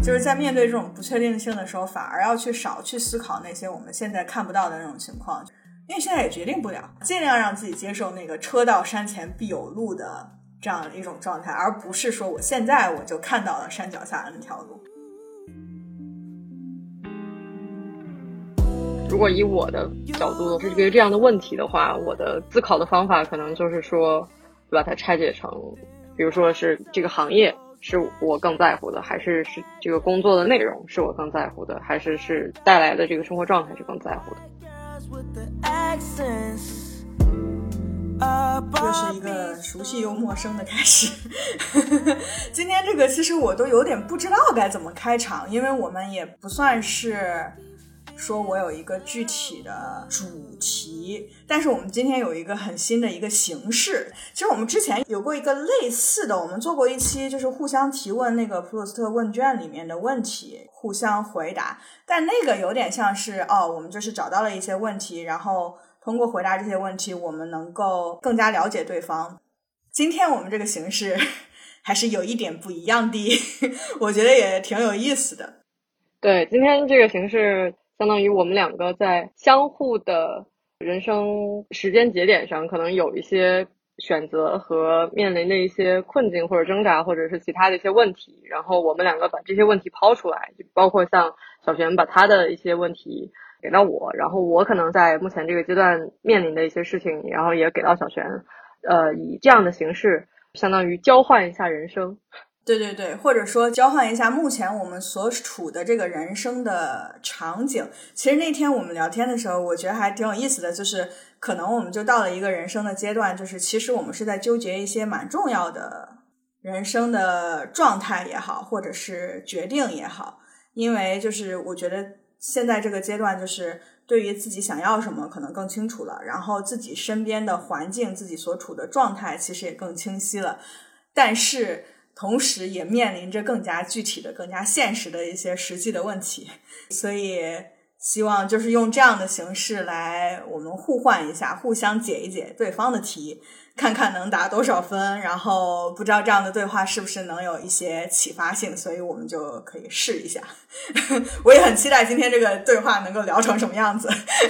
就是在面对这种不确定性的时候，反而要少去思考那些我们现在看不到的那种情况，因为现在也决定不了，尽量让自己接受那个车到山前必有路的这样一种状态，而不是说我现在我就看到了山脚下的那条路。 如果以我的角度是这样的问题的话，我的自考的方法可能就是说把它拆解成，比如说是这个行业是我更在乎的，还是这个工作的内容是我更在乎的，还是带来的这个生活状态是更在乎的。 又是一个熟悉又陌生的开始今天这个其实我都有点不知道该怎么开场，因为我们也不算是说我有一个具体的主题，但是我们今天有一个很新的一个形式。其实我们之前有过一个类似的，我们做过一期就是互相提问那个普鲁斯特问卷里面的问题互相回答，但那个有点像是我们就是找到了一些问题，然后通过回答这些问题我们能够更加了解对方。今天我们这个形式还是有一点不一样的我觉得也挺有意思的。 对，今天这个形式相当于我们两个在相互的人生时间节点上可能有一些选择和面临的一些困境或者挣扎，或者是其他的一些问题，然后我们两个把这些问题抛出来，就包括像小璇把他的一些问题给到我，然后我可能在目前这个阶段面临的一些事情然后也给到小璇，以这样的形式相当于交换一下人生。 对对对，或者说交换一下目前我们所处的这个人生的场景。其实那天我们聊天的时候我觉得还挺有意思的，就是可能我们就到了一个人生的阶段，就是其实我们是在纠结一些蛮重要的人生的状态也好，或者是决定也好。因为就是我觉得现在这个阶段就是对于自己想要什么可能更清楚了，然后自己身边的环境自己所处的状态其实也更清晰了，但是同时也面临着更加具体的更加现实的一些实际的问题，所以希望就是用这样的形式来我们互换一下，互相解一解对方的题，看看能打多少分，然后不知道这样的对话是不是能有一些启发性，所以我们就可以试一下我也很期待今天这个对话能够聊成什么样子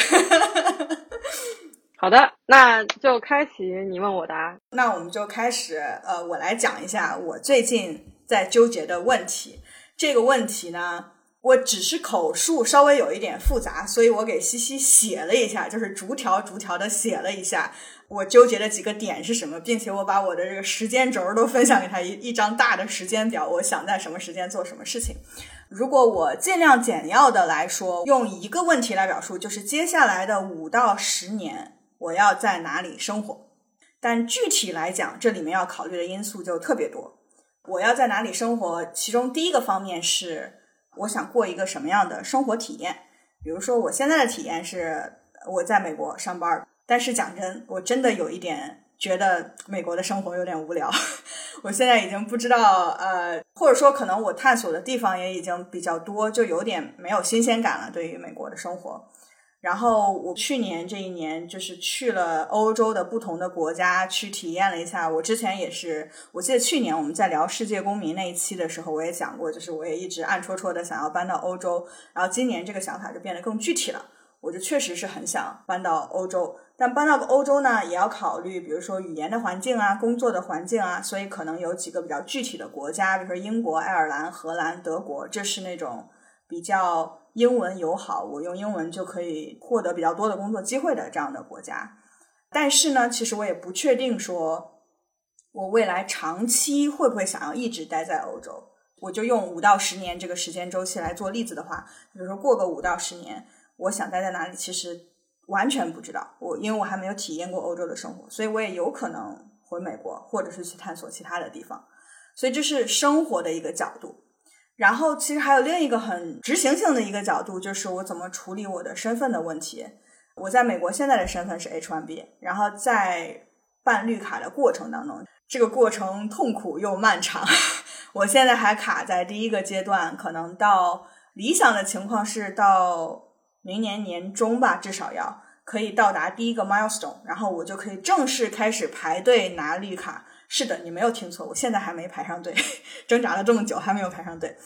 好的，那就开启你问我答。 那我们就开始我来讲一下我最近在纠结的问题。这个问题呢我只是口述稍微有一点复杂，所以我给西西写了一下，就是逐条逐条的写了一下我纠结的几个点是什么，并且我把我的这个时间轴都分享给他，一张大的时间表，我想在什么时间做什么事情。如果我尽量简要的来说，用一个问题来表述，就是接下来的5到10年我要在哪里生活。但具体来讲，这里面要考虑的因素就特别多。我要在哪里生活，其中第一个方面是我想过一个什么样的生活体验。比如说我现在的体验是我在美国上班，但是讲真，我真的有一点觉得美国的生活有点无聊我现在已经不知道或者说可能我探索的地方也已经比较多，就有点没有新鲜感了对于美国的生活。然后我去年这一年就是去了欧洲的不同的国家去体验了一下。我之前也是，我记得去年我们在聊世界公民那一期的时候我也讲过，就是我也一直暗戳戳的想要搬到欧洲，然后今年这个想法就变得更具体了，我就确实是很想搬到欧洲。但搬到欧洲呢也要考虑比如说语言的环境啊，工作的环境啊，所以可能有几个比较具体的国家，比如说英国、爱尔兰、荷兰、德国，这是那种比较英文友好，我用英文就可以获得比较多的工作机会的这样的国家。但是呢其实我也不确定说我未来长期会不会想要一直待在欧洲。我就用5到10年这个时间周期来做例子的话，比如说过个5到10年我想待在哪里其实完全不知道，因为我还没有体验过欧洲的生活，所以我也有可能回美国或者是去探索其他的地方。所以这是生活的一个角度。然后其实还有另一个很执行性的一个角度，就是我怎么处理我的身份的问题。我在美国现在的身份是 H1B， 然后在办绿卡的过程当中，这个过程痛苦又漫长我现在还卡在第一个阶段，可能到理想的情况是到明年年中吧，至少要可以到达第一个 milestone， 然后我就可以正式开始排队拿绿卡。是的，你没有听错，我现在还没排上队挣扎了这么久还没有排上队。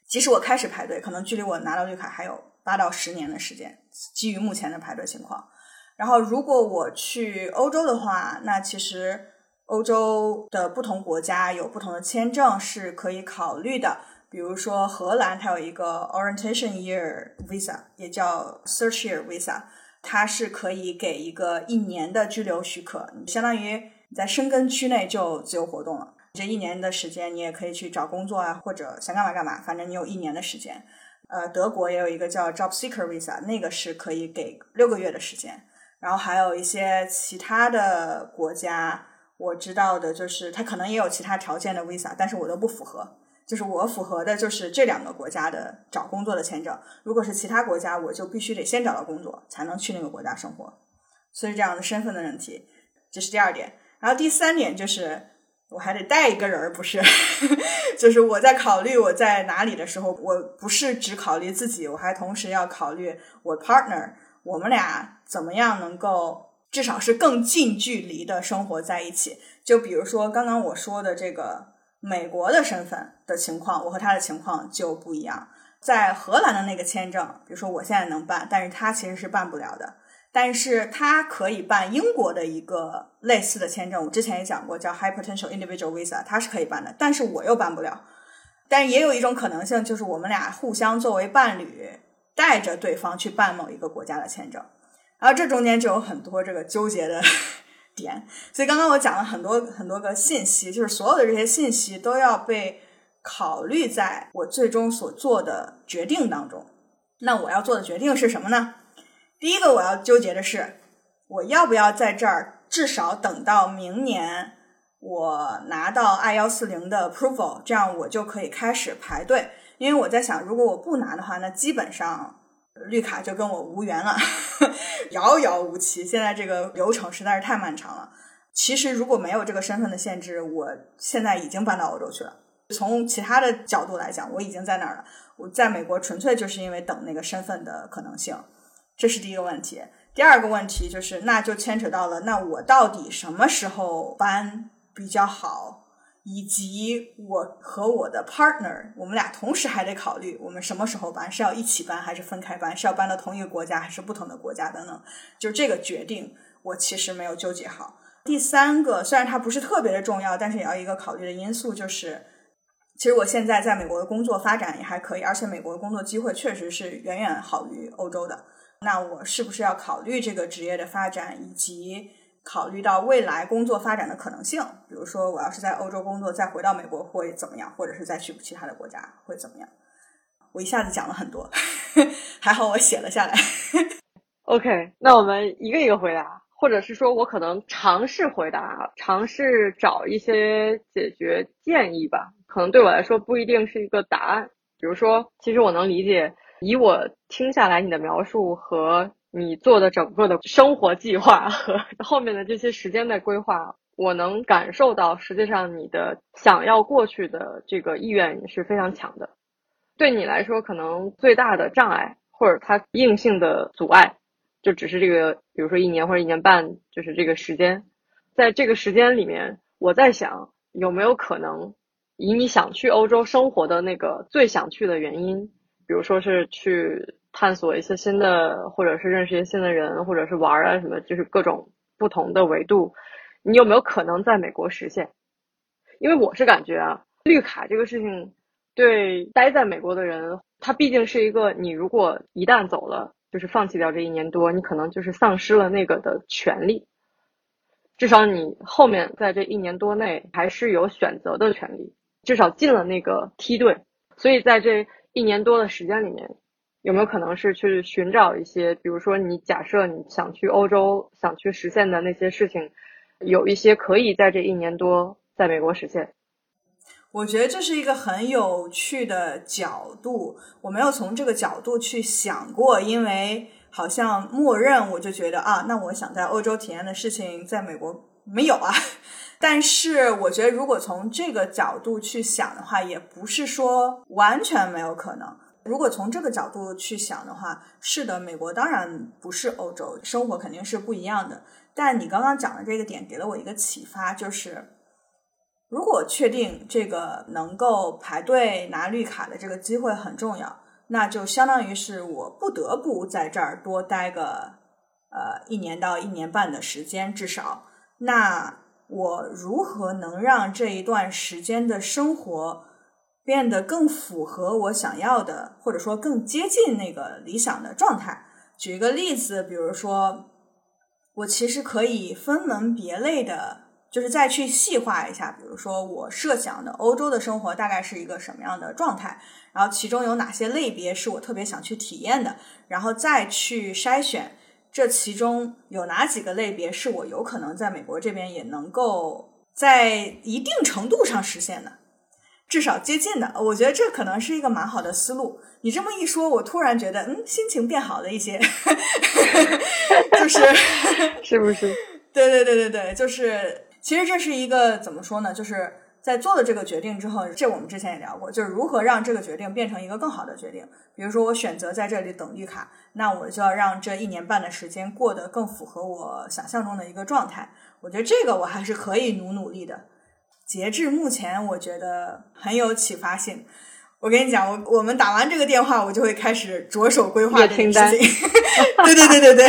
即使我开始排队，可能距离我拿到绿卡还有8到10年的时间，基于目前的排队情况。然后如果我去欧洲的话，那其实欧洲的不同国家有不同的签证是可以考虑的，比如说荷兰它有一个 Orientation Year Visa， 也叫 Search Year Visa， 它是可以给一个1年的居留许可，相当于你在申根区内就自由活动了，这1年的时间你也可以去找工作啊，或者想干嘛干嘛，反正你有1年的时间。德国也有一个叫 Job Seeker Visa， 那个是可以给6个月的时间。然后还有一些其他的国家我知道的就是它可能也有其他条件的 Visa， 但是我都不符合，就是我符合的就是这2个国家的找工作的签证，如果是其他国家我就必须得先找到工作才能去那个国家生活，所以这样的身份的问题，这是第2点。然后第3点就是我还得带一个人，不是就是我在考虑我在哪里的时候，我不是只考虑自己，我还同时要考虑我 partner， 我们俩怎么样能够至少是更近距离的生活在一起。就比如说刚刚我说的这个美国的身份的情况，我和他的情况就不一样。在荷兰的那个签证，比如说我现在能办，但是他其实是办不了的，但是他可以办英国的一个类似的签证，我之前也讲过叫 High Potential Individual Visa， 他是可以办的，但是我又办不了。但是也有一种可能性，就是我们俩互相作为伴侣带着对方去办某一个国家的签证，然后这中间就有很多这个纠结的点。所以刚刚我讲了很多个信息，就是所有的这些信息都要被考虑在我最终所做的决定当中。那我要做的决定是什么呢？第一个我要纠结的是，我要不要在这儿至少等到明年我拿到 I-140 的 approval， 这样我就可以开始排队。因为我在想，如果我不拿的话，那基本上绿卡就跟我无缘了遥遥无期，现在这个流程实在是太漫长了。其实如果没有这个身份的限制，我现在已经搬到欧洲去了。从其他的角度来讲，我已经在那儿了。我在美国纯粹就是因为等那个身份的可能性，这是第一个问题。第2个问题就是，那就牵扯到了，那我到底什么时候搬比较好，以及我和我的 partner， 我们俩同时还得考虑我们什么时候搬，是要一起搬还是分开搬，是要搬到同一个国家还是不同的国家等等，就这个决定我其实没有纠结好。第3个虽然它不是特别的重要，但是也要一个考虑的因素，就是其实我现在在美国的工作发展也还可以，而且美国的工作机会确实是远远好于欧洲的。那我是不是要考虑这个职业的发展，以及考虑到未来工作发展的可能性，比如说我要是在欧洲工作再回到美国会怎么样，或者是再去其他的国家会怎么样。我一下子讲了很多还好我写了下来 OK， 那我们一个一个回答，或者是说我可能尝试回答，尝试找一些解决建议吧，可能对我来说不一定是一个答案。比如说其实我能理解，以我听下来你的描述和你做的整个的生活计划和后面的这些时间的规划，我能感受到实际上你的想要过去的这个意愿是非常强的。对你来说可能最大的障碍或者它硬性的阻碍就只是这个比如说1年或者1年半，就是这个时间。在这个时间里面，我在想有没有可能以你想去欧洲生活的那个最想去的原因，比如说是去探索一些新的，或者是认识一些新的人，或者是玩啊什么，就是各种不同的维度，你有没有可能在美国实现？因为我是感觉啊，绿卡这个事情对待在美国的人，它毕竟是一个你如果一旦走了，就是放弃掉这1年多，你可能就是丧失了那个的权利。至少你后面在这1年多内还是有选择的权利，至少进了那个梯队。所以在这1年多的时间里面，有没有可能是去寻找一些，比如说你假设你想去欧洲想去实现的那些事情，有一些可以在这1年多在美国实现？ 我觉得这是一个很有趣的角度，我没有从这个角度去想过，因为好像默认我就觉得啊，那我想在欧洲体验的事情在美国没有啊。但是我觉得如果从这个角度去想的话，也不是说完全没有可能。如果从这个角度去想的话，是的，美国当然不是欧洲，生活肯定是不一样的。但你刚刚讲的这个点给了我一个启发，就是如果确定这个能够排队拿绿卡的这个机会很重要，那就相当于是我不得不在这儿多待个1年到1年半的时间至少。那我如何能让这一段时间的生活变得更符合我想要的，或者说更接近那个理想的状态？举一个例子，比如说我其实可以分门别类的，就是再去细化一下，比如说我设想的欧洲的生活大概是一个什么样的状态，然后其中有哪些类别是我特别想去体验的，然后再去筛选这其中有哪几个类别是我有可能在美国这边也能够在一定程度上实现的，至少接近的。我觉得这可能是一个蛮好的思路。你这么一说，我突然觉得心情变好了一些就是是不是？ 对，就是其实这是一个怎么说呢，就是在做了这个决定之后，这我们之前也聊过，就是如何让这个决定变成一个更好的决定。比如说我选择在这里等绿卡，那我就要让这1年半的时间过得更符合我想象中的一个状态。我觉得这个我还是可以努力的。截至目前我觉得很有启发性。我跟你讲，我们打完这个电话，我就会开始着手规划这件事情。对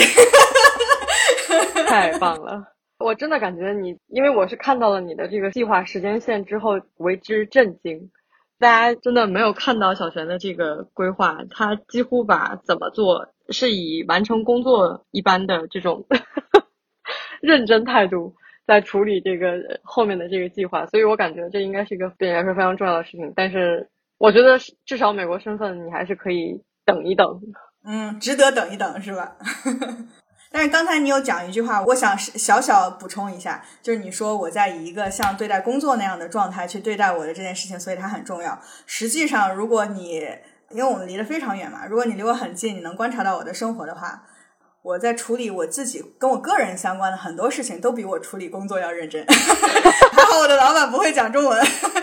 太棒了。我真的感觉你，因为我是看到了你的这个计划时间线之后为之震惊。大家真的没有看到小璇的这个规划，他几乎把怎么做是以完成工作一般的这种认真态度在处理这个后面的这个计划，所以我感觉这应该是一个对你来说非常重要的事情。但是我觉得至少美国身份你还是可以等一等。 值得等一等是吧？但是刚才你有讲一句话，我想小小补充一下，就是你说我在以一个像对待工作那样的状态去对待我的这件事情，所以它很重要。实际上如果你，因为我们离得非常远嘛，如果你离我很近，你能观察到我的生活的话，我在处理我自己跟我个人相关的很多事情都比我处理工作要认真。还好我的老板不会讲中文。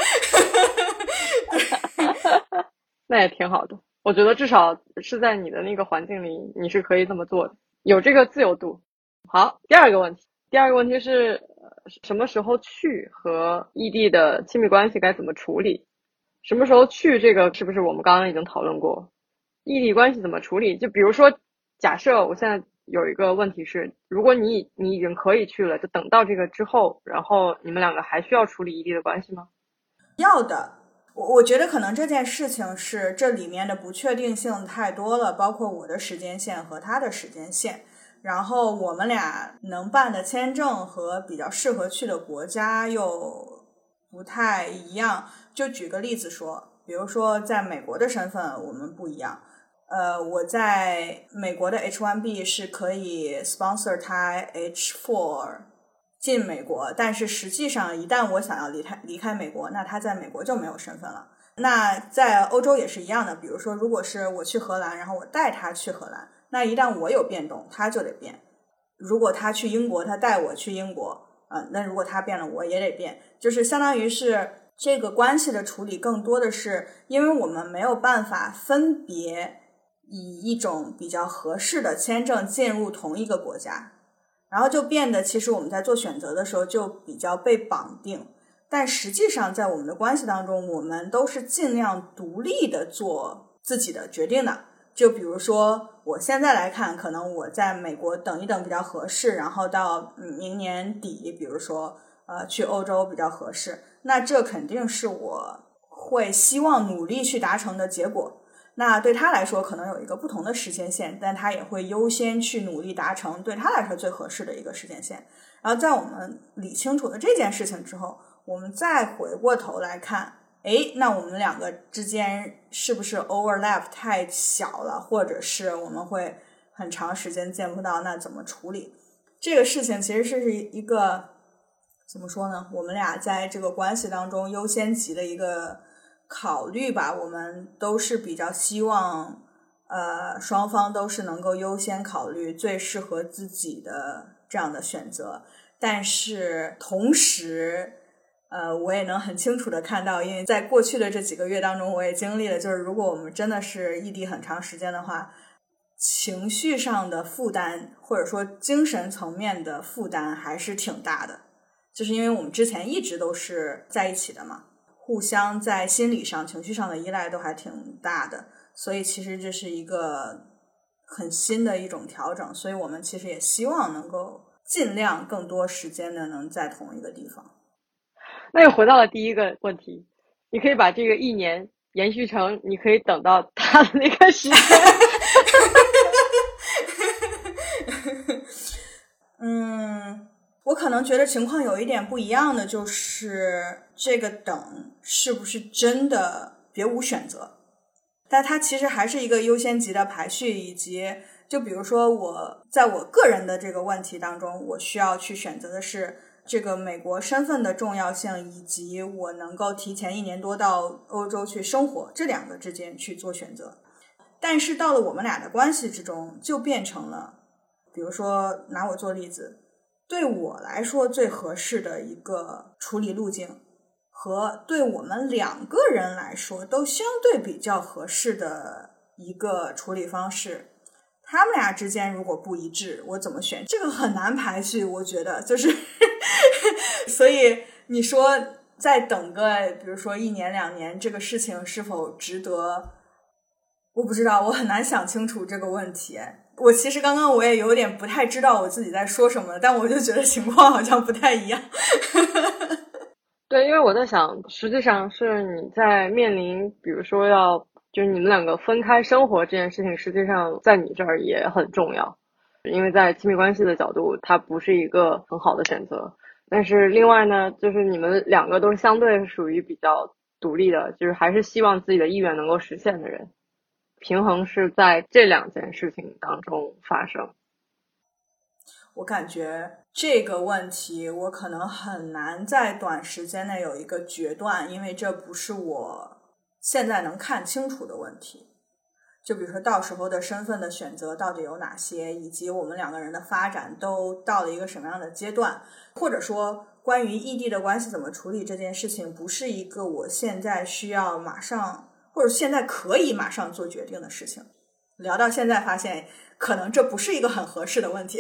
那也挺好的，我觉得至少是在你的那个环境里你是可以这么做的，有这个自由度。好，第二个问题是什么时候去和异地的亲密关系该怎么处理？什么时候去这个是不是我们刚刚已经讨论过？异地关系怎么处理？就比如说假设我现在有一个问题是，如果你已经可以去了，就等到这个之后，然后你们两个还需要处理异地的关系吗？ 要的。我觉得可能这件事情是这里面的不确定性太多了，包括我的时间线和他的时间线，然后我们俩能办的签证和比较适合去的国家又不太一样。就举个例子说，比如说在美国的身份我们不一样，我在美国的 H1B 是可以 sponsor 他 H4 进美国，但是实际上一旦我想要离开美国，那他在美国就没有身份了。那在欧洲也是一样的，比如说如果是我去荷兰，然后我带他去荷兰，那一旦我有变动他就得变，如果他去英国他带我去英国，那如果他变了我也得变，就是相当于是这个关系的处理更多的是因为我们没有办法分别以一种比较合适的签证进入同一个国家，然后就变得其实我们在做选择的时候就比较被绑定。但实际上在我们的关系当中，我们都是尽量独立的做自己的决定的。就比如说我现在来看，可能我在美国等一等比较合适，然后到明年底比如说去欧洲比较合适，那这肯定是我会希望努力去达成的结果。那对他来说可能有一个不同的时间线，但他也会优先去努力达成对他来说最合适的一个时间线。然后在我们理清楚了这件事情之后，我们再回过头来看，那我们两个之间是不是 overlap 太小了，或者是我们会很长时间见不到，那怎么处理？这个事情其实是一个怎么说呢，我们俩在这个关系当中优先级的一个考虑吧。我们都是比较希望双方都是能够优先考虑最适合自己的这样的选择，但是同时我也能很清楚的看到，因为在过去的这几个月当中我也经历了，就是如果我们真的是异地很长时间的话，情绪上的负担或者说精神层面的负担还是挺大的。 就是因为我们之前一直都是在一起的嘛，互相在心理上情绪上的依赖都还挺大的，所以其实这是一个很新的一种调整，所以我们其实也希望能够尽量更多时间的能在同一个地方。 那又回到了第一个问题，你可以把这个1年延续成你可以等到他的那个时间。 我可能觉得情况有一点不一样的就是这个等是不是真的别无选择，但它其实还是一个优先级的排序，以及就比如说我在我个人的这个问题当中，我需要去选择的是这个美国身份的重要性，以及我能够提前1年多到欧洲去生活，这两个之间去做选择。但是到了我们俩的关系之中，就变成了比如说拿我做例子，对我来说最合适的一个处理路径和对我们2个人来说都相对比较合适的一个处理方式，他们俩之间如果不一致，我怎么选？这个很难排序，我觉得就是所以你说再等个比如说1年2年，这个事情是否值得，我不知道，我很难想清楚这个问题。我其实刚刚我也有点不太知道我自己在说什么，但我就觉得情况好像不太一样。 对，因为我在想，实际上是你在面临比如说就是你们2个分开生活这件事情，实际上在你这儿也很重要，因为在亲密关系的角度它不是一个很好的选择。但是另外呢，就是你们2个都是相对属于比较独立的，就是还是希望自己的意愿能够实现的人，平衡是在这2件事情当中发生。 我感觉这个问题我可能很难在短时间内有一个决断，因为这不是我现在能看清楚的问题。就比如说到时候的身份的选择到底有哪些，以及我们2个人的发展都到了一个什么样的阶段，或者说关于异地的关系怎么处理这件事情，不是一个我现在需要马上或者现在可以马上做决定的事情。聊到现在发现可能这不是一个很合适的问题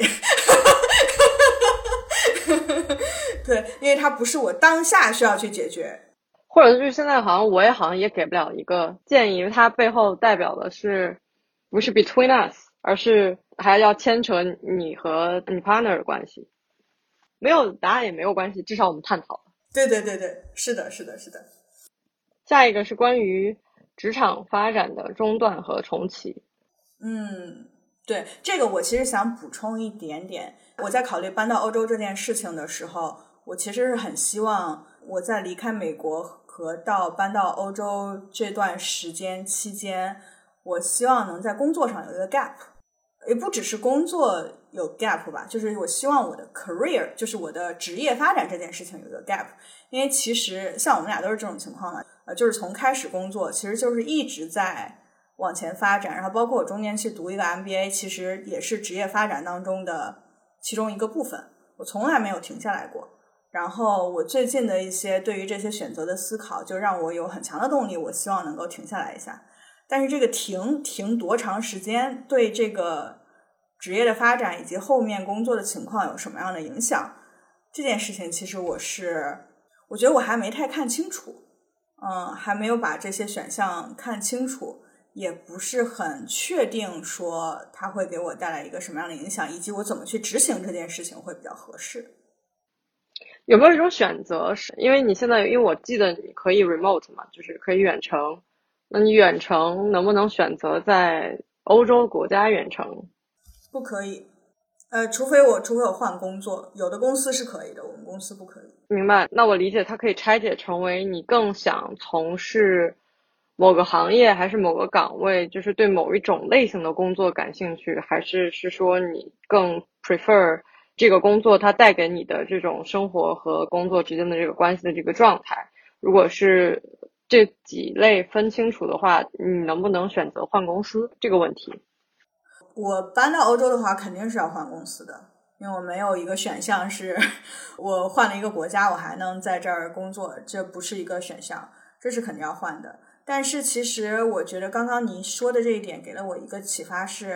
对，因为它不是我当下需要去解决， 或者就是现在我也给不了一个建议，因为它背后代表的是不是 between us， 而是还要牵扯你和你 partner 的关系。没有答案也没有关系，至少我们探讨了。 对对对对，是的是的是的。 下一个是关于职场发展的中断和重启。 对，这个我其实想补充一点点。我在考虑搬到欧洲这件事情的时候，我其实是很希望我在离开美国和到搬到欧洲这段时间期间，我希望能在工作上有一个 gap， 也不只是工作有 gap 吧，就是我希望我的 career， 就是我的职业发展这件事情有一个 gap。因为其实像我们俩都是这种情况嘛，就是从开始工作其实就是一直在往前发展，然后包括我中间去读一个 MBA， 其实也是职业发展当中的其中一个部分，我从来没有停下来过。然后我最近的一些对于这些选择的思考，就让我有很强的动力，我希望能够停下来一下。但是这个停多长时间，对这个职业的发展以及后面工作的情况有什么样的影响，这件事情其实我觉得我还没太看清楚，还没有把这些选项看清楚，也不是很确定说它会给我带来一个什么样的影响，以及我怎么去执行这件事情会比较合适。 有没有一种选择是因为你现在，因为我记得你可以 remote 嘛，就是可以远程，那你远程能不能选择在欧洲国家远程？ 不可以，除非我换工作，有的公司是可以的，我们公司不可以。 明白，那我理解它可以拆解成为你更想从事某个行业还是某个岗位，就是对某一种类型的工作感兴趣，还是说你更 prefer 这个工作它带给你的这种生活和工作之间的这个关系的这个状态。如果是这几类分清楚的话，你能不能选择换公司这个问题？ 我搬到欧洲的话肯定是要换公司的，因为我没有一个选项是我换了一个国家我还能在这儿工作，这不是一个选项，这是肯定要换的。但是其实我觉得刚刚你说的这一点给了我一个启发，是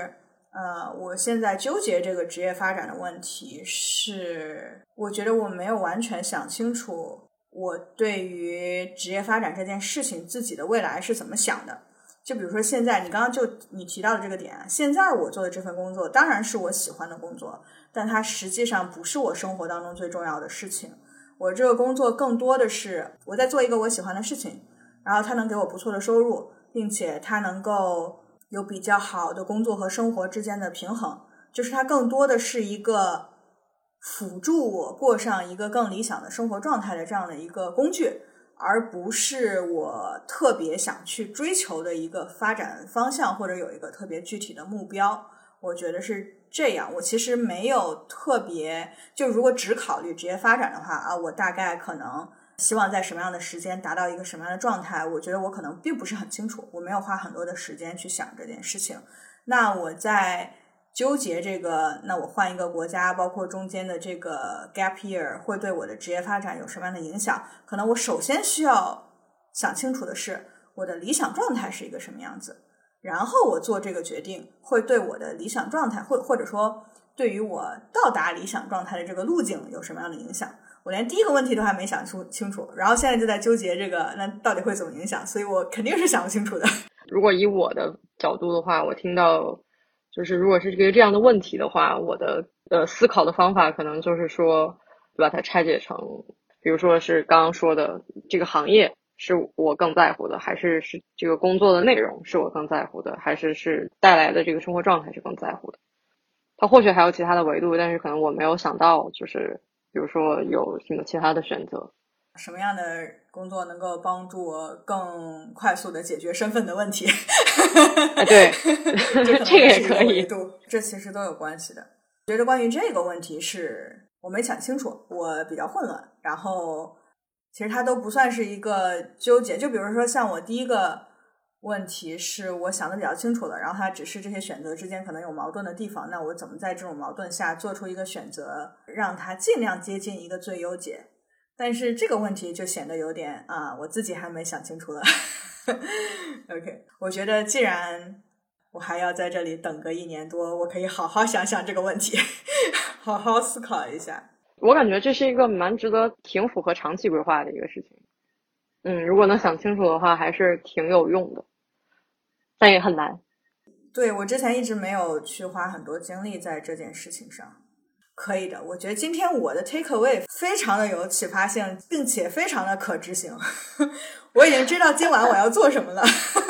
我现在纠结这个职业发展的问题是，我觉得我没有完全想清楚我对于职业发展这件事情自己的未来是怎么想的。就比如说现在你提到的这个点，现在我做的这份工作当然是我喜欢的工作，但它实际上不是我生活当中最重要的事情。我这个工作更多的是我在做一个我喜欢的事情，然后它能给我不错的收入，并且它能够有比较好的工作和生活之间的平衡，就是它更多的是一个辅助我过上一个更理想的生活状态的这样的一个工具，而不是我特别想去追求的一个发展方向，或者有一个特别具体的目标。我觉得是这样，我其实没有特别，就如果只考虑职业发展的话我大概可能希望在什么样的时间达到一个什么样的状态，我觉得我可能并不是很清楚，我没有花很多的时间去想这件事情。那我在纠结这个，那我换一个国家，包括中间的这个 gap year 会对我的职业发展有什么样的影响，可能我首先需要想清楚的是我的理想状态是一个什么样子，然后我做这个决定会对我的理想状态或者说对于我到达理想状态的这个路径有什么样的影响。我连第一个问题都还没想清楚，然后现在就在纠结这个那到底会怎么影响，所以我肯定是想不清楚的。 如果以我的角度的话，我听到就是如果是这样的问题的话，我的思考的方法可能就是说把它拆解成，比如说是刚刚说的这个行业是我更在乎的，还是这个工作的内容是我更在乎的，还是带来的这个生活状态是更在乎的。它或许还有其他的维度，但是可能我没有想到，就是比如说有什么其他的选择。 什么样的工作能够帮助我更快速的解决身份的问题？ 对，这个也可以。 这其实都有关系的。我觉得关于这个问题是我没想清楚，我比较混乱，然后其实它都不算是一个纠结。就比如说像我第一个问题是我想的比较清楚了，然后它只是这些选择之间可能有矛盾的地方，那我怎么在这种矛盾下做出一个选择，让它尽量接近一个最优解。但是这个问题就显得有点我自己还没想清楚了。OK， 我觉得既然我还要在这里等个1年多，我可以好好想想这个问题，好好思考一下。 我感觉这是一个蛮值得挺符合长期规划的一个事情。如果能想清楚的话，还是挺有用的，但也很难。 对，我之前一直没有去花很多精力在这件事情上。可以的，我觉得今天我的 take away 非常的有启发性，并且非常的可执行。我已经知道今晚我要做什么了。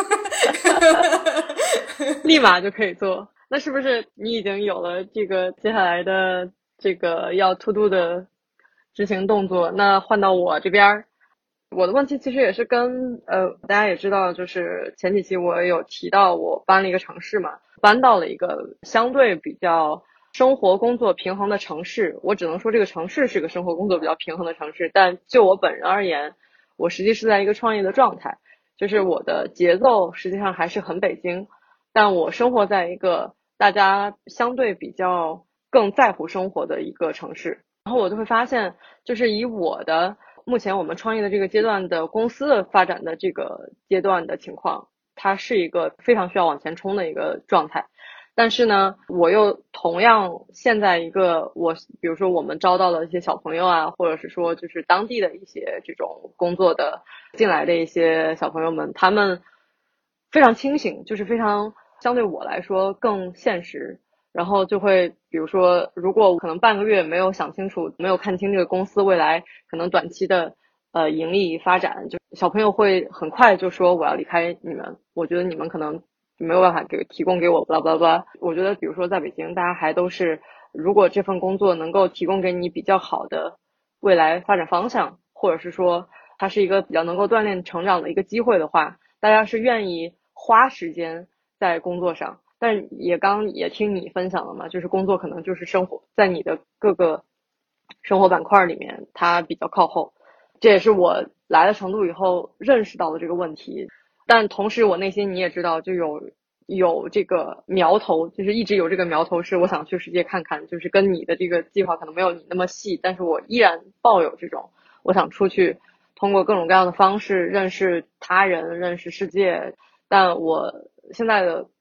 立马就可以做。那是不是你已经有了这个接下来的这个要 to do 的执行动作？那换到我这边，我的问题其实也是跟大家也知道，就是前几期我有提到我搬了一个城市嘛，搬到了一个相对比较生活工作平衡的城市。我只能说这个城市是个生活工作比较平衡的城市，但就我本人而言，我实际是在一个创业的状态，就是我的节奏实际上还是很北京，但我生活在一个大家相对比较更在乎生活的一个城市。然后我就会发现，就是以我的目前我们创业的这个阶段的公司的发展的这个阶段的情况，它是一个非常需要往前冲的一个状态。但是呢，我又同样现在一个比如说我们招到了一些小朋友啊，或者是说就是当地的一些这种工作的进来的一些小朋友们，他们非常清醒，就是非常相对我来说更现实。然后就会比如说，如果我可能半个月没有想清楚，没有看清这个公司未来可能短期的盈利发展，就小朋友会很快就说我要离开你们，我觉得你们可能没有办法提供给我 blah blah blah。 我觉得比如说在北京，大家还都是，如果这份工作能够提供给你比较好的未来发展方向，或者是说它是一个比较能够锻炼成长的一个机会的话，大家是愿意花时间在工作上。但刚也听你分享了嘛，就是工作可能就是生活在你的各个生活板块里面它比较靠后，这也是我来了成都以后认识到的这个问题。但同时我内心你也知道，就有这个苗头，就是一直有这个苗头，是我想去世界看看，就是跟你的这个计划可能没有你那么细，但是我依然抱有这种我想出去通过各种各样的方式认识他人，认识世界。但我现在的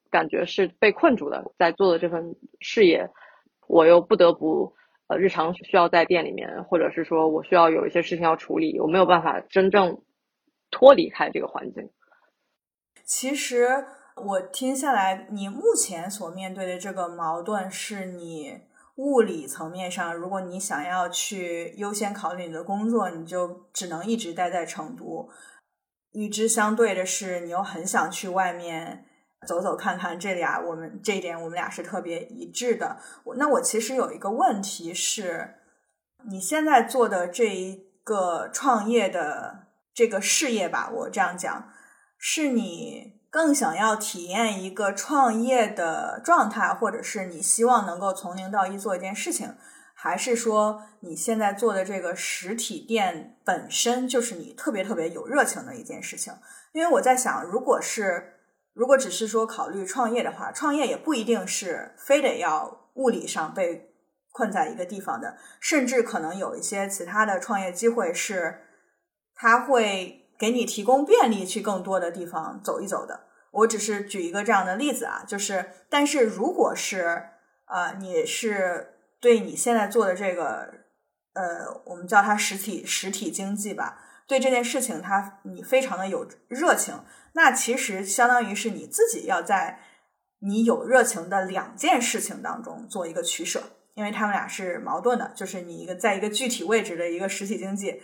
感觉是被困住的，在做的这份事业，我又不得不日常需要在店里面，或者是说我需要有一些事情要处理，我没有办法真正脱离开这个环境。 其实我听下来，你目前所面对的这个矛盾是你物理层面上，如果你想要去优先考虑你的工作，你就只能一直待在成都。与之相对的是，你又很想去外面走走看看，这一点我们俩是特别一致的。那我其实有一个问题是，你现在做的这一个创业的这个事业吧，我这样讲，是你更想要体验一个创业的状态，或者是你希望能够从零到一做一件事情，还是说你现在做的这个实体店本身就是你特别特别有热情的一件事情？因为我在想，如果只是说考虑创业的话，创业也不一定是非得要物理上被困在一个地方的，甚至可能有一些其他的创业机会是它会给你提供便利去更多的地方走一走的。我只是举一个这样的例子啊，但是如果是你是对你现在做的这个我们叫它实体经济吧，对这件事情你非常的有热情，那其实相当于是你自己要在你有热情的两件事情当中做一个取舍，因为他们俩是矛盾的，就是你在一个具体位置的一个实体经济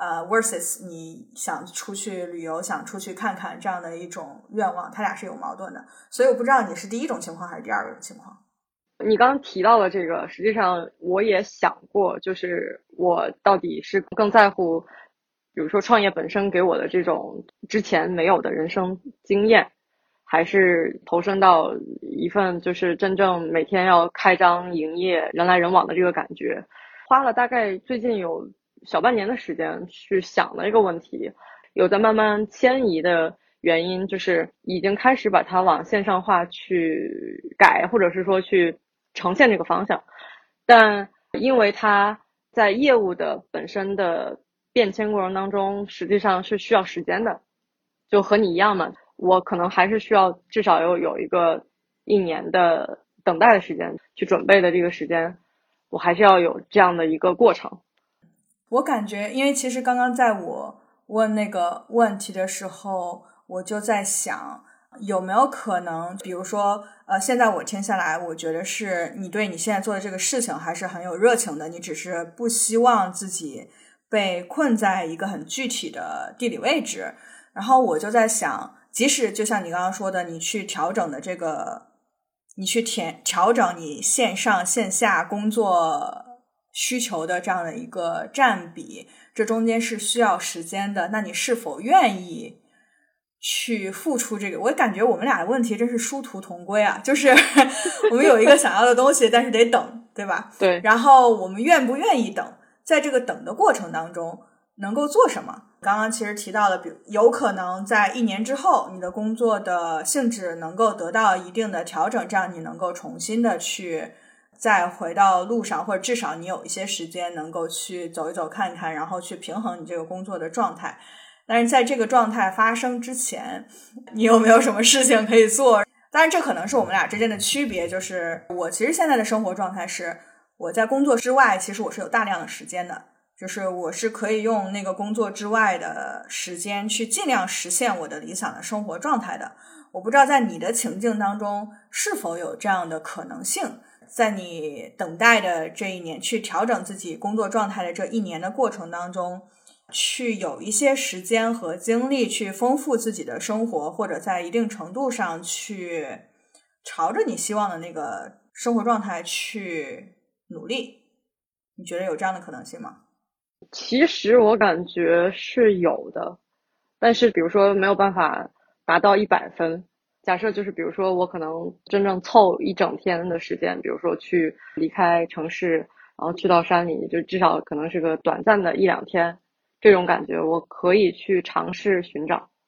versus 你想出去旅游想出去看看这样的一种愿望，它俩是有矛盾的。所以我不知道你是第一种情况还是第二种情况。 你刚刚提到了这个，实际上我也想过，就是我到底是更在乎比如说创业本身给我的这种之前没有的人生经验，还是投身到一份就是真正每天要开张营业人来人往的这个感觉。花了大概最近有小半年的时间去想了这个问题，有在慢慢迁移的原因就是已经开始把它往线上化去改，或者是说去呈现这个方向。但因为它在业务的本身的变迁过程当中实际上是需要时间的，就和你一样嘛，我可能还是需要至少有一个1年的等待的时间，去准备的这个时间，我还是要有这样的一个过程。 我感觉因为其实刚刚在我问那个问题的时候，我就在想有没有可能比如说现在我听下来，我觉得是你对你现在做的这个事情还是很有热情的，你只是不希望自己被困在一个很具体的地理位置。然后我就在想，即使就像你刚刚说的，你去调整的这个，你去调整你线上线下工作需求的这样的一个占比，这中间是需要时间的，那你是否愿意去付出这个？我感觉我们俩的问题真是殊途同归啊，就是我们有一个想要的东西，但是得等，对吧？ 对。 然后我们愿不愿意等，在这个等的过程当中能够做什么？刚刚其实提到了，比如有可能在1年之后，你的工作的性质能够得到一定的调整，这样你能够重新的去再回到路上，或者至少你有一些时间能够去走一走看看，然后去平衡你这个工作的状态。但是在这个状态发生之前，你有没有什么事情可以做？当然这可能是我们俩之间的区别，就是我其实现在的生活状态是我在工作之外其实我是有大量的时间的，就是我是可以用那个工作之外的时间去尽量实现我的理想的生活状态的。我不知道在你的情境当中是否有这样的可能性，在你等待的这1年去调整自己工作状态的这1年的过程当中，去有一些时间和精力去丰富自己的生活，或者在一定程度上去朝着你希望的那个生活状态去努力。你觉得有这样的可能性吗？ 其实我感觉是有的，但是比如说没有办法达到100分。假设就是比如说我可能真正凑一整天的时间，比如说去离开城市，然后去到山里，就至少可能是个短暂的1-2天，这种感觉我可以去尝试寻找。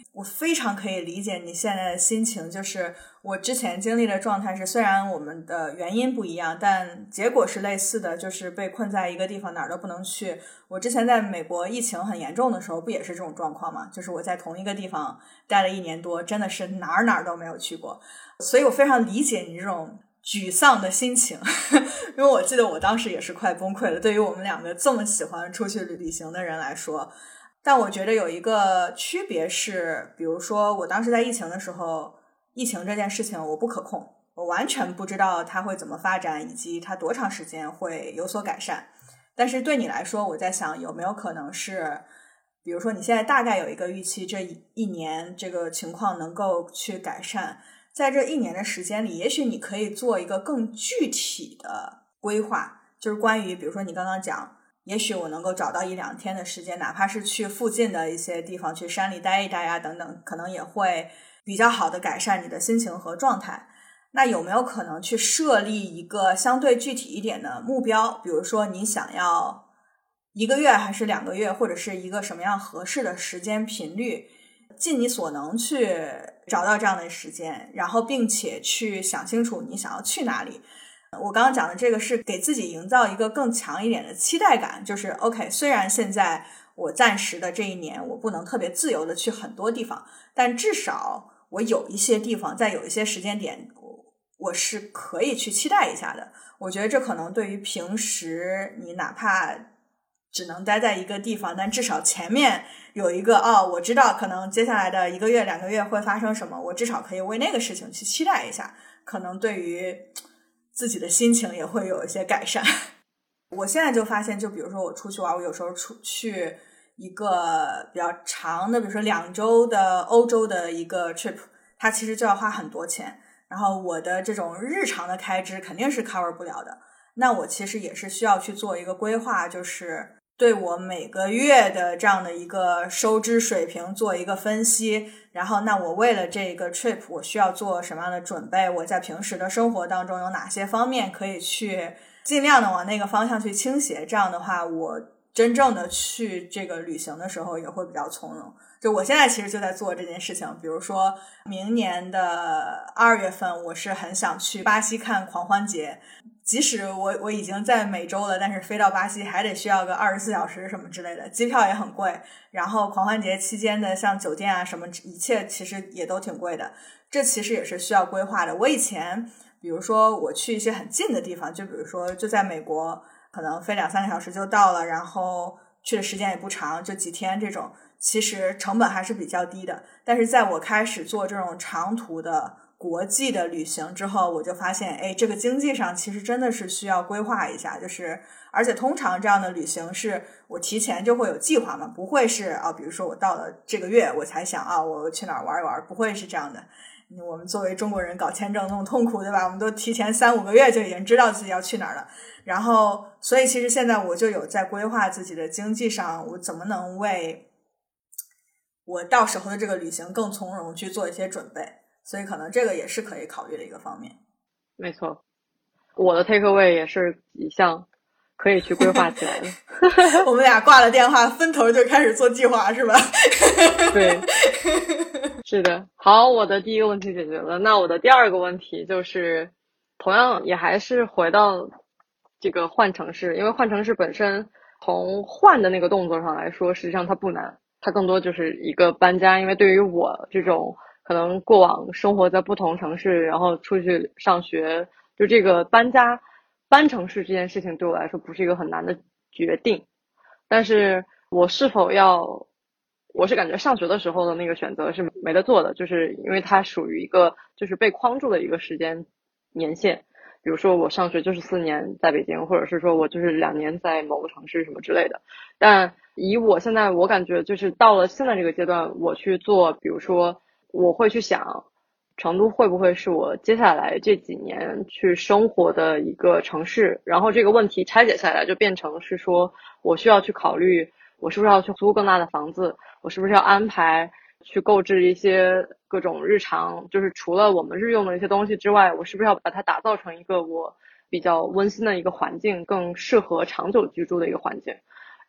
我非常可以理解你现在的心情，就是我之前经历的状态是，虽然我们的原因不一样，但结果是类似的，就是被困在一个地方，哪儿都不能去。我之前在美国疫情很严重的时候，不也是这种状况吗？就是我在同一个地方待了1年多，真的是哪儿都没有去过，所以我非常理解你这种沮丧的心情因为我记得我当时也是快崩溃了，对于我们2个这么喜欢出去旅行的人来说。但我觉得有一个区别是，比如说我当时在疫情的时候，疫情这件事情我不可控，我完全不知道它会怎么发展，以及它多长时间会有所改善。但是对你来说，我在想有没有可能是，比如说你现在大概有一个预期，这一年这个情况能够去改善，在这1年的时间里，也许你可以做一个更具体的规划，就是关于比如说你刚刚讲，也许我能够找到1-2天的时间，哪怕是去附近的一些地方，去山里待一待啊等等，可能也会比较好的改善你的心情和状态。那有没有可能去设立一个相对具体一点的目标，比如说你想要1个月还是2个月，或者是一个什么样合适的时间频率，尽你所能去找到这样的时间，然后并且去想清楚你想要去哪里。我刚刚讲的这个是给自己营造一个更强一点的期待感，就是 OK， 虽然现在我暂时的这1年我不能特别自由的去很多地方，但至少我有一些地方在有一些时间点我是可以去期待一下的。我觉得这可能对于平时你哪怕只能待在一个地方，但至少前面有一个我知道可能接下来的1个月2个月会发生什么，我至少可以为那个事情去期待一下，可能对于自己的心情也会有一些改善。我现在就发现，就比如说我出去玩，我有时候出去一个比较长的，比如说2周的欧洲的一个 trip， 它其实就要花很多钱，然后我的这种日常的开支肯定是 cover 不了的。那我其实也是需要去做一个规划，就是对我每个月的这样的一个收支水平做一个分析，然后那我为了这个 trip 我需要做什么样的准备，我在平时的生活当中有哪些方面可以去尽量的往那个方向去倾斜，这样的话我真正的去这个旅行的时候也会比较从容。就我现在其实就在做这件事情，比如说明年的2月份我是很想去巴西看狂欢节，即使我已经在美洲了，但是飞到巴西还得需要个24小时什么之类的，机票也很贵，然后狂欢节期间的像酒店啊什么一切其实也都挺贵的，这其实也是需要规划的。我以前比如说我去一些很近的地方，就比如说就在美国可能飞2-3个小时就到了，然后去的时间也不长，就几天，这种其实成本还是比较低的。但是在我开始做这种长途的国际的旅行之后，我就发现这个经济上其实真的是需要规划一下，就是而且通常这样的旅行是我提前就会有计划嘛，不会是比如说我到了这个月我才想我去哪儿玩一玩，不会是这样的。我们作为中国人搞签证那种痛苦，对吧？我们都提前3-5个月就已经知道自己要去哪儿了，然后所以其实现在我就有在规划自己的经济上，我怎么能为我到时候的这个旅行更从容去做一些准备，所以可能这个也是可以考虑的一个方面。 没错，我的 take away 也是几项可以去规划起来的。 我们俩挂了电话分头就开始做计划是吧？ 对，是的。好，我的第一个问题解决了，那我的第2个问题就是同样也还是回到这个换城市，因为换城市本身从换的那个动作上来说，实际上它不难，它更多就是一个搬家。因为对于我这种可能过往生活在不同城市，然后出去上学，就这个搬城市这件事情对我来说不是一个很难的决定。但是我是感觉上学的时候的那个选择是没得做的，就是因为它属于一个就是被框住的一个时间年限。比如说我上学就是4年在北京，或者是说我就是2年在某个城市什么之类的。但以我现在我感觉就是到了现在这个阶段，我去做，比如说我会去想成都会不会是我接下来这几年去生活的一个城市，然后这个问题拆解下来就变成是说我需要去考虑我是不是要去租更大的房子，我是不是要安排去购置一些各种日常，就是除了我们日用的一些东西之外，我是不是要把它打造成一个我比较温馨的一个环境，更适合长久居住的一个环境。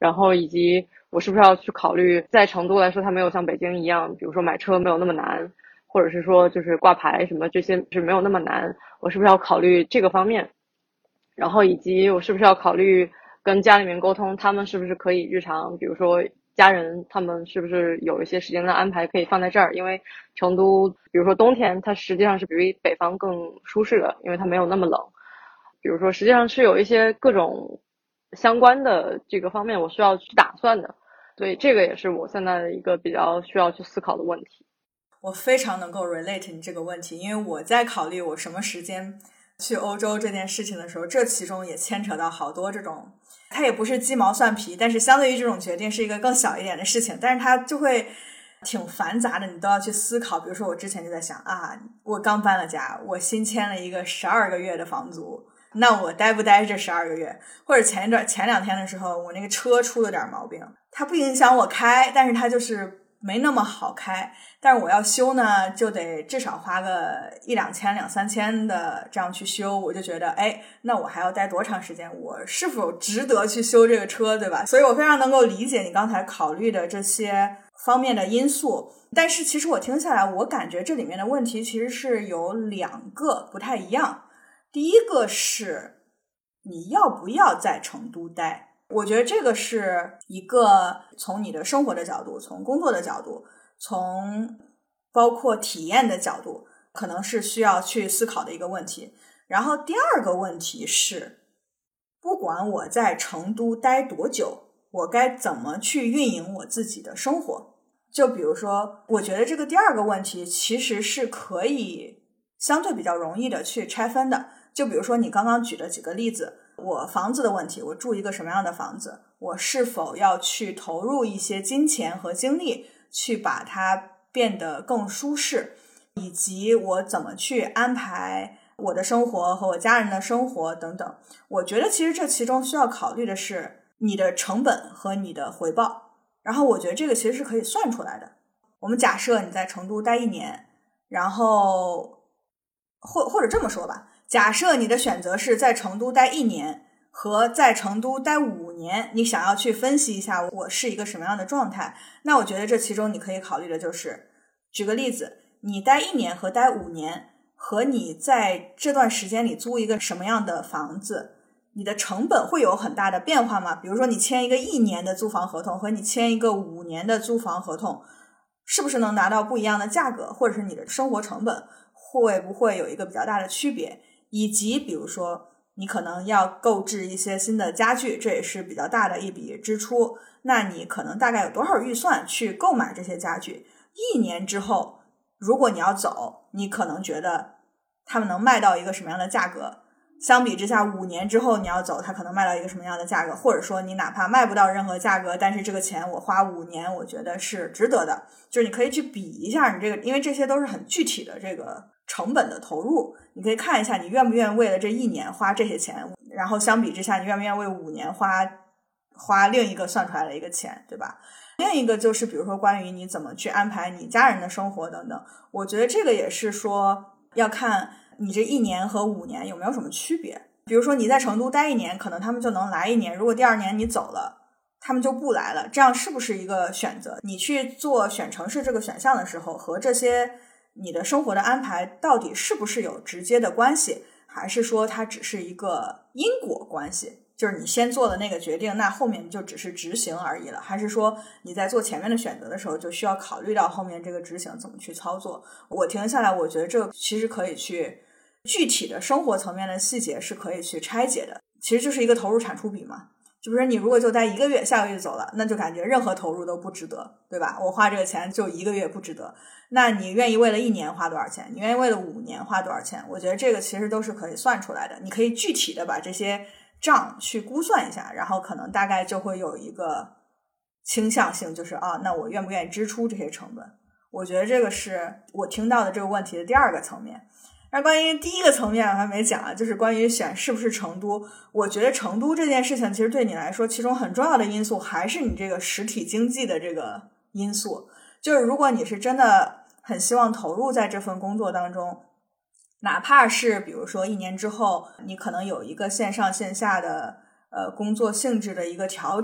然后以及我是不是要去考虑在成都来说它没有像北京一样，比如说买车没有那么难，或者是说就是挂牌什么这些是没有那么难，我是不是要考虑这个方面，然后以及我是不是要考虑跟家里面沟通，他们是不是可以日常，比如说家人他们是不是有一些时间的安排可以放在这儿，因为成都比如说冬天它实际上是比北方更舒适的，因为它没有那么冷，比如说实际上是有一些各种相关的这个方面我需要去打算的，所以这个也是我现在的一个比较需要去思考的问题。 我非常能够 relate 你这个问题，因为我在考虑我什么时间去欧洲这件事情的时候，这其中也牵扯到好多这种，它也不是鸡毛蒜皮，但是相对于这种决定是一个更小一点的事情，但是它就会挺繁杂的，你都要去思考。比如说我之前就在想啊，我刚搬了家，我新签了一个12个月的房租，那我待不待这12个月？或者前2天的时候，我那个车出了点毛病，它不影响我开，但是它就是没那么好开，但是我要修呢，就得至少花个1-2千、2-3千的这样去修，我就觉得，哎，那我还要待多长时间？我是否值得去修这个车，对吧？所以我非常能够理解你刚才考虑的这些方面的因素，但是其实我听下来，我感觉这里面的问题其实是有2个不太一样。第一个是你要不要在成都待？我觉得这个是一个从你的生活的角度，从工作的角度，从包括体验的角度，可能是需要去思考的一个问题。然后第二个问题是，不管我在成都待多久，我该怎么去运营我自己的生活？就比如说，我觉得这个第二个问题其实是可以相对比较容易的去拆分的。就比如说你刚刚举的几个例子，我房子的问题，我住一个什么样的房子，我是否要去投入一些金钱和精力去把它变得更舒适，以及我怎么去安排我的生活和我家人的生活等等。我觉得其实这其中需要考虑的是你的成本和你的回报，然后我觉得这个其实是可以算出来的。我们假设你在成都待1年，然后或者这么说吧，假设你的选择是在成都待1年和在成都待5年，你想要去分析一下我是一个什么样的状态，那我觉得这其中你可以考虑的就是，举个例子，你待1年和待5年，和你在这段时间里租一个什么样的房子，你的成本会有很大的变化吗？比如说你签一个1年的租房合同和你签一个5年的租房合同，是不是能拿到不一样的价格，或者是你的生活成本会不会有一个比较大的区别，以及比如说你可能要购置一些新的家具，这也是比较大的一笔支出，那你可能大概有多少预算去购买这些家具？1年之后如果你要走，你可能觉得他们能卖到一个什么样的价格，相比之下5年之后你要走，它可能卖到一个什么样的价格，或者说你哪怕卖不到任何价格，但是这个钱我花5年我觉得是值得的，就是你可以去比一下你这个，因为这些都是很具体的这个成本的投入，你可以看一下你愿不愿意为了这1年花这些钱，然后相比之下你愿不愿意为5年花另一个算出来的一个钱，对吧？另一个就是比如说关于你怎么去安排你家人的生活等等，我觉得这个也是说要看你这1年和5年有没有什么区别。比如说你在成都待1年，可能他们就能来1年，如果第2年你走了，他们就不来了，这样是不是一个选择？你去做选城市这个选项的时候，和这些你的生活的安排到底是不是有直接的关系，还是说它只是一个因果关系，就是你先做了那个决定，那后面就只是执行而已了，还是说你在做前面的选择的时候就需要考虑到后面这个执行怎么去操作。我听下来我觉得这其实可以去具体的生活层面的细节是可以去拆解的，其实就是一个投入产出比嘛。就比如说你如果就待1个月，下个月走了，那就感觉任何投入都不值得，对吧？我花这个钱就1个月不值得，那你愿意为了1年花多少钱？你愿意为了5年花多少钱？我觉得这个其实都是可以算出来的，你可以具体的把这些账去估算一下，然后可能大概就会有一个倾向性，就是那我愿不愿意支出这些成本。我觉得这个是我听到的这个问题的第2个层面。那关于第1个层面我还没讲啊，就是关于选是不是成都。我觉得成都这件事情其实对你来说其中很重要的因素还是你这个实体经济的这个因素，就是如果你是真的很希望投入在这份工作当中，哪怕是比如说1年之后你可能有一个线上线下的工作性质的一个调整，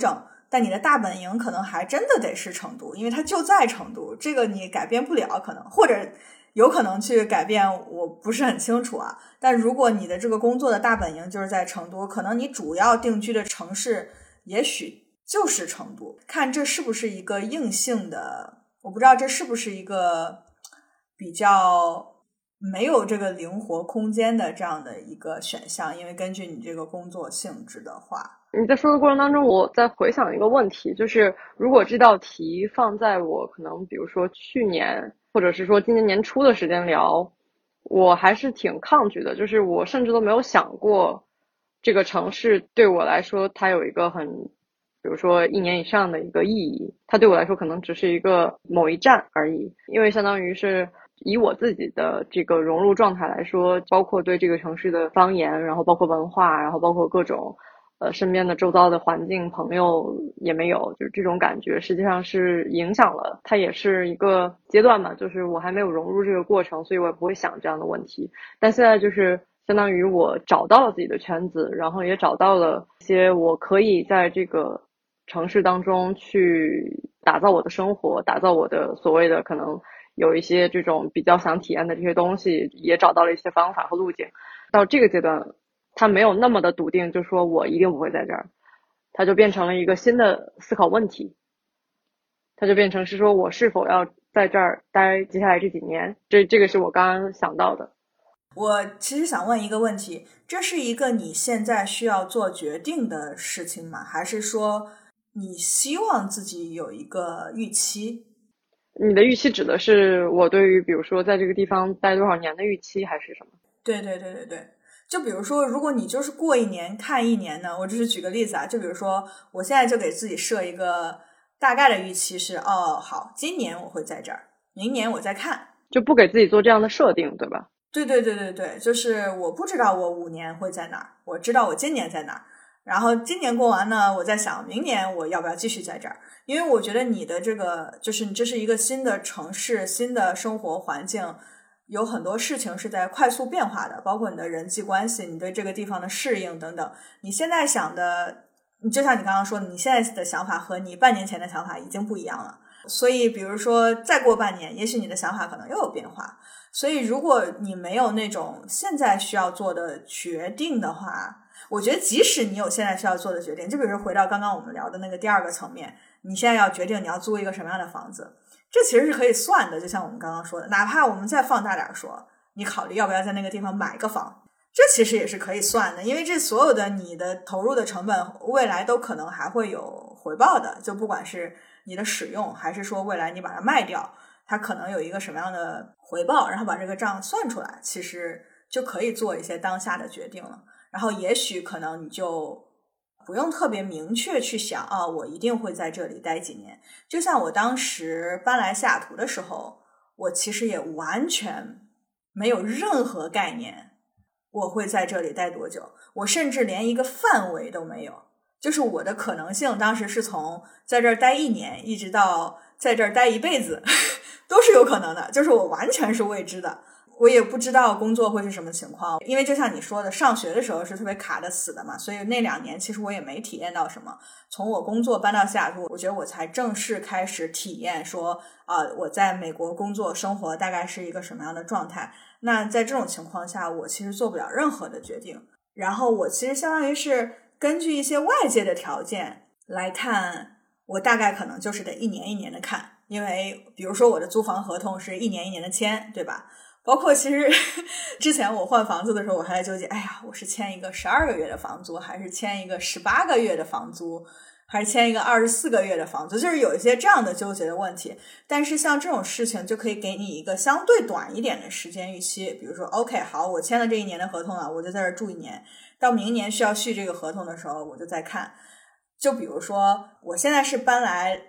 但你的大本营可能还真的得是成都，因为它就在成都，这个你改变不了，可能或者有可能去改变，我不是很清楚啊。但如果你的这个工作的大本营就是在成都，可能你主要定居的城市也许就是成都，看这是不是一个硬性的，我不知道这是不是一个比较没有这个灵活空间的这样的一个选项，因为根据你这个工作性质的话。 你在说的过程当中，我在回想一个问题，就是如果这道题放在我可能比如说去年或者是说今年年初的时间聊，我还是挺抗拒的，就是我甚至都没有想过这个城市对我来说它有一个很比如说1年以上的一个意义，它对我来说可能只是一个某一站而已，因为相当于是以我自己的这个融入状态来说，包括对这个城市的方言，然后包括文化，然后包括各种身边的周遭的环境朋友也没有，就是这种感觉实际上是影响了，它也是一个阶段嘛，就是我还没有融入这个过程，所以我也不会想这样的问题。但现在就是相当于我找到了自己的圈子，然后也找到了一些我可以在这个城市当中去打造我的生活，打造我的所谓的可能有一些这种比较想体验的这些东西，也找到了一些方法和路径。到这个阶段他没有那么的笃定，就说我一定不会在这儿，他就变成了一个新的思考问题，他就变成是说我是否要在这儿待接下来这几年，这个是我刚刚想到的。 我其实想问一个问题，这是一个你现在需要做决定的事情吗？还是说你希望自己有一个预期？ 你的预期指的是我对于比如说在这个地方待多少年的预期还是什么？ 对对对对对，就比如说如果你就是过1年看1年呢，我只是举个例子啊，就比如说我现在就给自己设一个大概的预期是，哦好，今年我会在这儿，明年我再看， 就不给自己做这样的设定，对吧？ 对对对对对，就是我不知道我5年会在哪儿，我知道我今年在哪儿，然后今年过完呢，我在想明年我要不要继续在这儿，因为我觉得你的这个就是你这是一个新的城市，新的生活环境，有很多事情是在快速变化的，包括你的人际关系，你对这个地方的适应等等，你现在想的，你就像你刚刚说的，你现在的想法和你半年前的想法已经不一样了，所以比如说再过半年，也许你的想法可能又有变化。所以如果你没有那种现在需要做的决定的话，我觉得即使你有现在需要做的决定，就比如说回到刚刚我们聊的那个第2个层面，你现在要决定你要租一个什么样的房子，这其实是可以算的，就像我们刚刚说的，哪怕我们再放大点说，你考虑要不要在那个地方买个房，这其实也是可以算的，因为这所有的你的投入的成本未来都可能还会有回报的，就不管是你的使用还是说未来你把它卖掉，它可能有一个什么样的回报，然后把这个账算出来，其实就可以做一些当下的决定了。然后也许可能你就不用特别明确去想啊，我一定会在这里待几年。就像我当时搬来西雅图的时候，我其实也完全没有任何概念我会在这里待多久，我甚至连一个范围都没有。就是我的可能性当时是从在这儿待1年一直到在这儿待一辈子都是有可能的，就是我完全是未知的，我也不知道工作会是什么情况，因为就像你说的，上学的时候是特别卡的死的嘛，所以那2年其实我也没体验到什么。从我工作搬到西雅图，我觉得我才正式开始体验说我在美国工作生活大概是一个什么样的状态。那在这种情况下，我其实做不了任何的决定，然后我其实相当于是根据一些外界的条件来看，我大概可能就是得1年1年的看，因为比如说我的租房合同是1年1年的签，对吧？包括其实之前我换房子的时候，我还在纠结，哎呀，我是签一个12个月的房租，还是签一个18个月的房租，还是签一个24个月的房租，就是有一些这样的纠结的问题。但是像这种事情就可以给你一个相对短一点的时间预期，比如说 OK 好，我签了这1年的合同了，我就在这儿住1年，到明年需要续这个合同的时候我就再看。就比如说我现在是搬来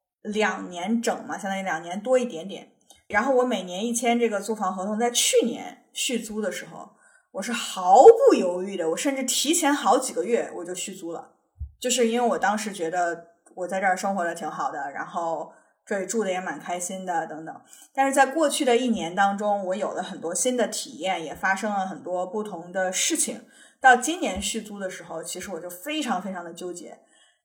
2年整嘛，相当于2年多一点点，然后我每年一签这个租房合同，在去年续租的时候我是毫不犹豫的，我甚至提前好几个月我就续租了，就是因为我当时觉得我在这儿生活的挺好的，然后这里住的也蛮开心的等等。但是在过去的1年当中，我有了很多新的体验，也发生了很多不同的事情，到今年续租的时候，其实我就非常非常的纠结，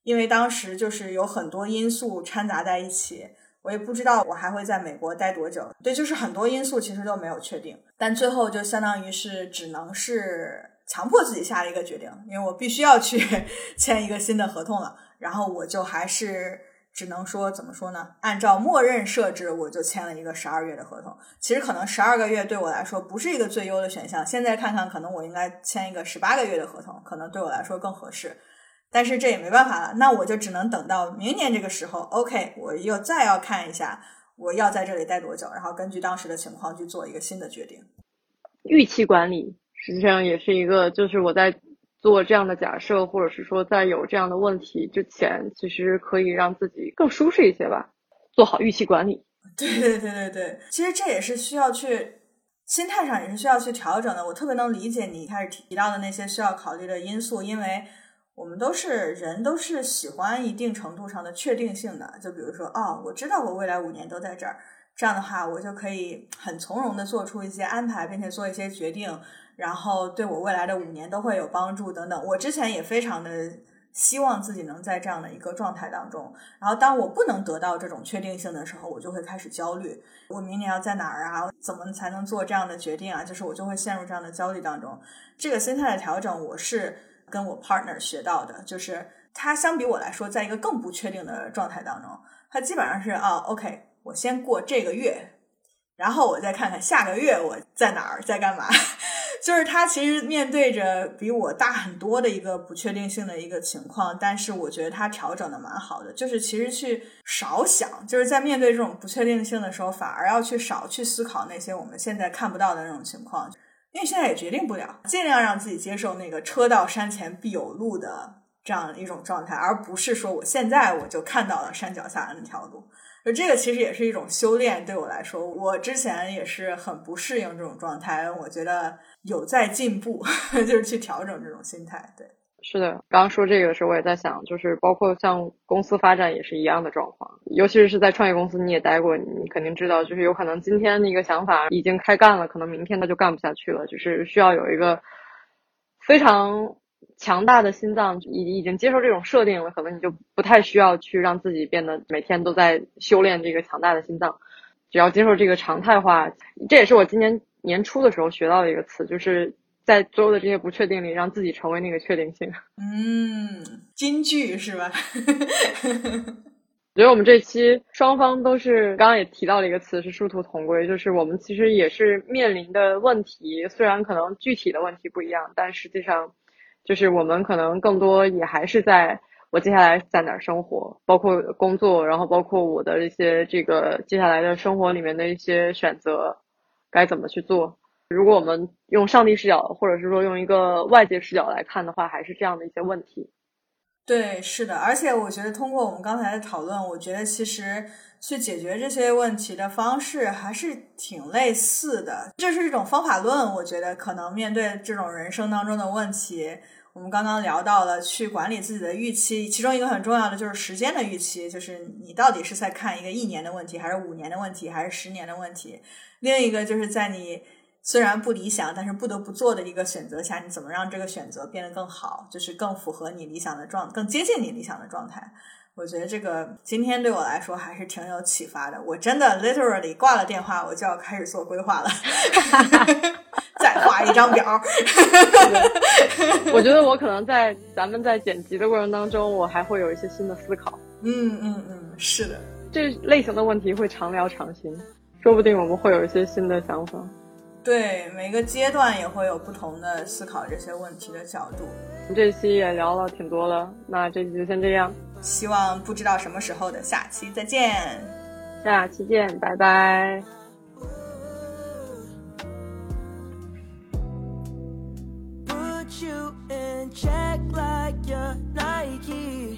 因为当时就是有很多因素掺杂在一起，我也不知道我还会在美国待多久。对，就是很多因素其实都没有确定，但最后就相当于是只能是强迫自己下了一个决定，因为我必须要去签一个新的合同了，然后我就还是只能说怎么说呢，按照默认设置我就签了一个12月的合同。其实可能12个月对我来说不是一个最优的选项，现在看看可能我应该签一个18个月的合同，可能对我来说更合适，但是这也没办法了，那我就只能等到明年这个时候 OK 我又再要看一下我要在这里待多久，然后根据当时的情况去做一个新的决定。 预期管理实际上也是一个，就是我在做这样的假设，或者是说在有这样的问题之前，其实可以让自己更舒适一些吧，做好预期管理。 对，其实这也是需要去心态上也是需要去调整的。我特别能理解你一开始提到的那些需要考虑的因素，因为我们都是人，都是喜欢一定程度上的确定性的。就比如说我知道我未来5年都在这儿，这样的话我就可以很从容的做出一些安排，并且做一些决定，然后对我未来的5年都会有帮助等等。我之前也非常的希望自己能在这样的一个状态当中，然后当我不能得到这种确定性的时候，我就会开始焦虑，我明年要在哪儿啊，怎么才能做这样的决定啊，就是我就会陷入这样的焦虑当中。这个心态的调整我是跟我 partner 学到的，就是他相比我来说在一个更不确定的状态当中，他基本上是OK 我先过这个月，然后我再看看下个月我在哪儿在干嘛就是他其实面对着比我大很多的一个不确定性的一个情况，但是我觉得他调整的蛮好的，就是其实去少想，就是在面对这种不确定性的时候反而要去少去思考那些我们现在看不到的那种情况，因为现在也决定不了，尽量让自己接受那个车到山前必有路的这样一种状态，而不是说我现在我就看到了山脚下的那条路。这个其实也是一种修炼，对我来说我之前也是很不适应这种状态，我觉得有在进步就是去调整这种心态。对， 是的，刚刚说这个的时候我也在想，就是包括像公司发展也是一样的状况，尤其是在创业公司你也待过，你肯定知道，就是有可能今天的一个想法已经开干了，可能明天它就干不下去了，就是需要有一个非常强大的心脏，已经接受这种设定了，可能你就不太需要去让自己变得每天都在修炼这个强大的心脏，只要接受这个常态化。这也是我今年年初的时候学到的一个词，就是在所有的这些不确定里让自己成为那个确定性。 金句是吧我觉得我们这期双方都是刚刚也提到了一个词，是殊途同归，就是我们其实也是面临的问题，虽然可能具体的问题不一样，但实际上就是我们可能更多也还是在我接下来在哪儿生活，包括工作，然后包括我的一些这个接下来的生活里面的一些选择该怎么去做。如果我们用上帝视角，或者是说用一个外界视角来看的话，还是这样的一些问题。 对，是的，而且我觉得通过我们刚才的讨论，我觉得其实去解决这些问题的方式还是挺类似的，这是一种方法论。我觉得可能面对这种人生当中的问题，我们刚刚聊到了去管理自己的预期，其中一个很重要的就是时间的预期，就是你到底是在看一个1年的问题，还是5年的问题，还是10年的问题。另一个就是在你虽然不理想但是不得不做的一个选择下，你怎么让这个选择变得更好，就是更符合你理想的更接近你理想的状态。我觉得这个今天对我来说还是挺有启发的，我真的 literally 挂了电话我就要开始做规划了再画一张表我觉得我可能咱们在剪辑的过程当中，我还会有一些新的思考。 是的， 这类型的问题会常聊常新，说不定我们会有一些新的想法。 对，每个阶段也会有不同的思考这些问题的角度。 这期也聊了挺多了，那这期就先这样， 希望不知道什么时候的下期再见。 下期见，拜拜。Put you in check like you're Nike.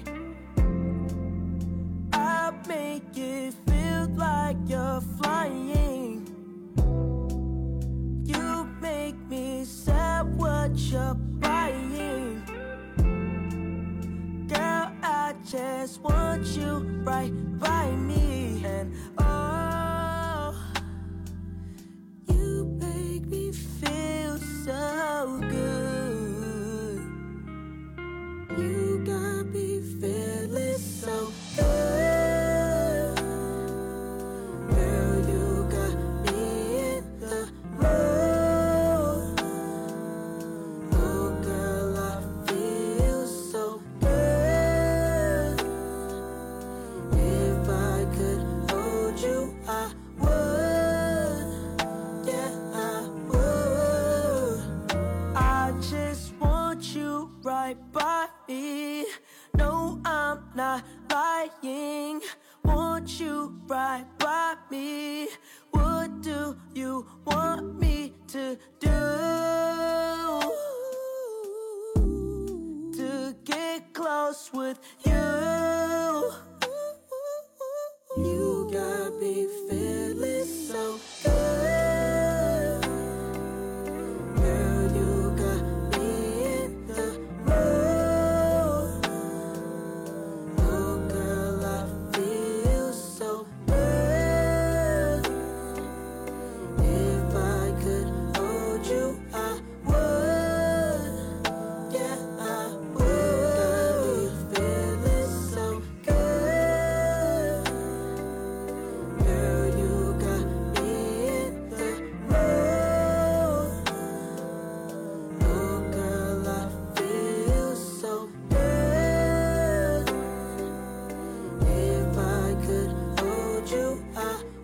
I'll make it feel like you're flying.You make me sell what you're buying. Girl, I just want you right by me. And oh, you make me feel so good. You got me feeling right by me. What do you want me to do to get close with you? You got me feeling so good. Girl, you got me in the mood. Oh girl, I feel so good. If I could hold you, I would. Yeah, I would. You got me feeling so good. Girl, you got me in the mood. Oh girl, I feel so good. If I could hold you, I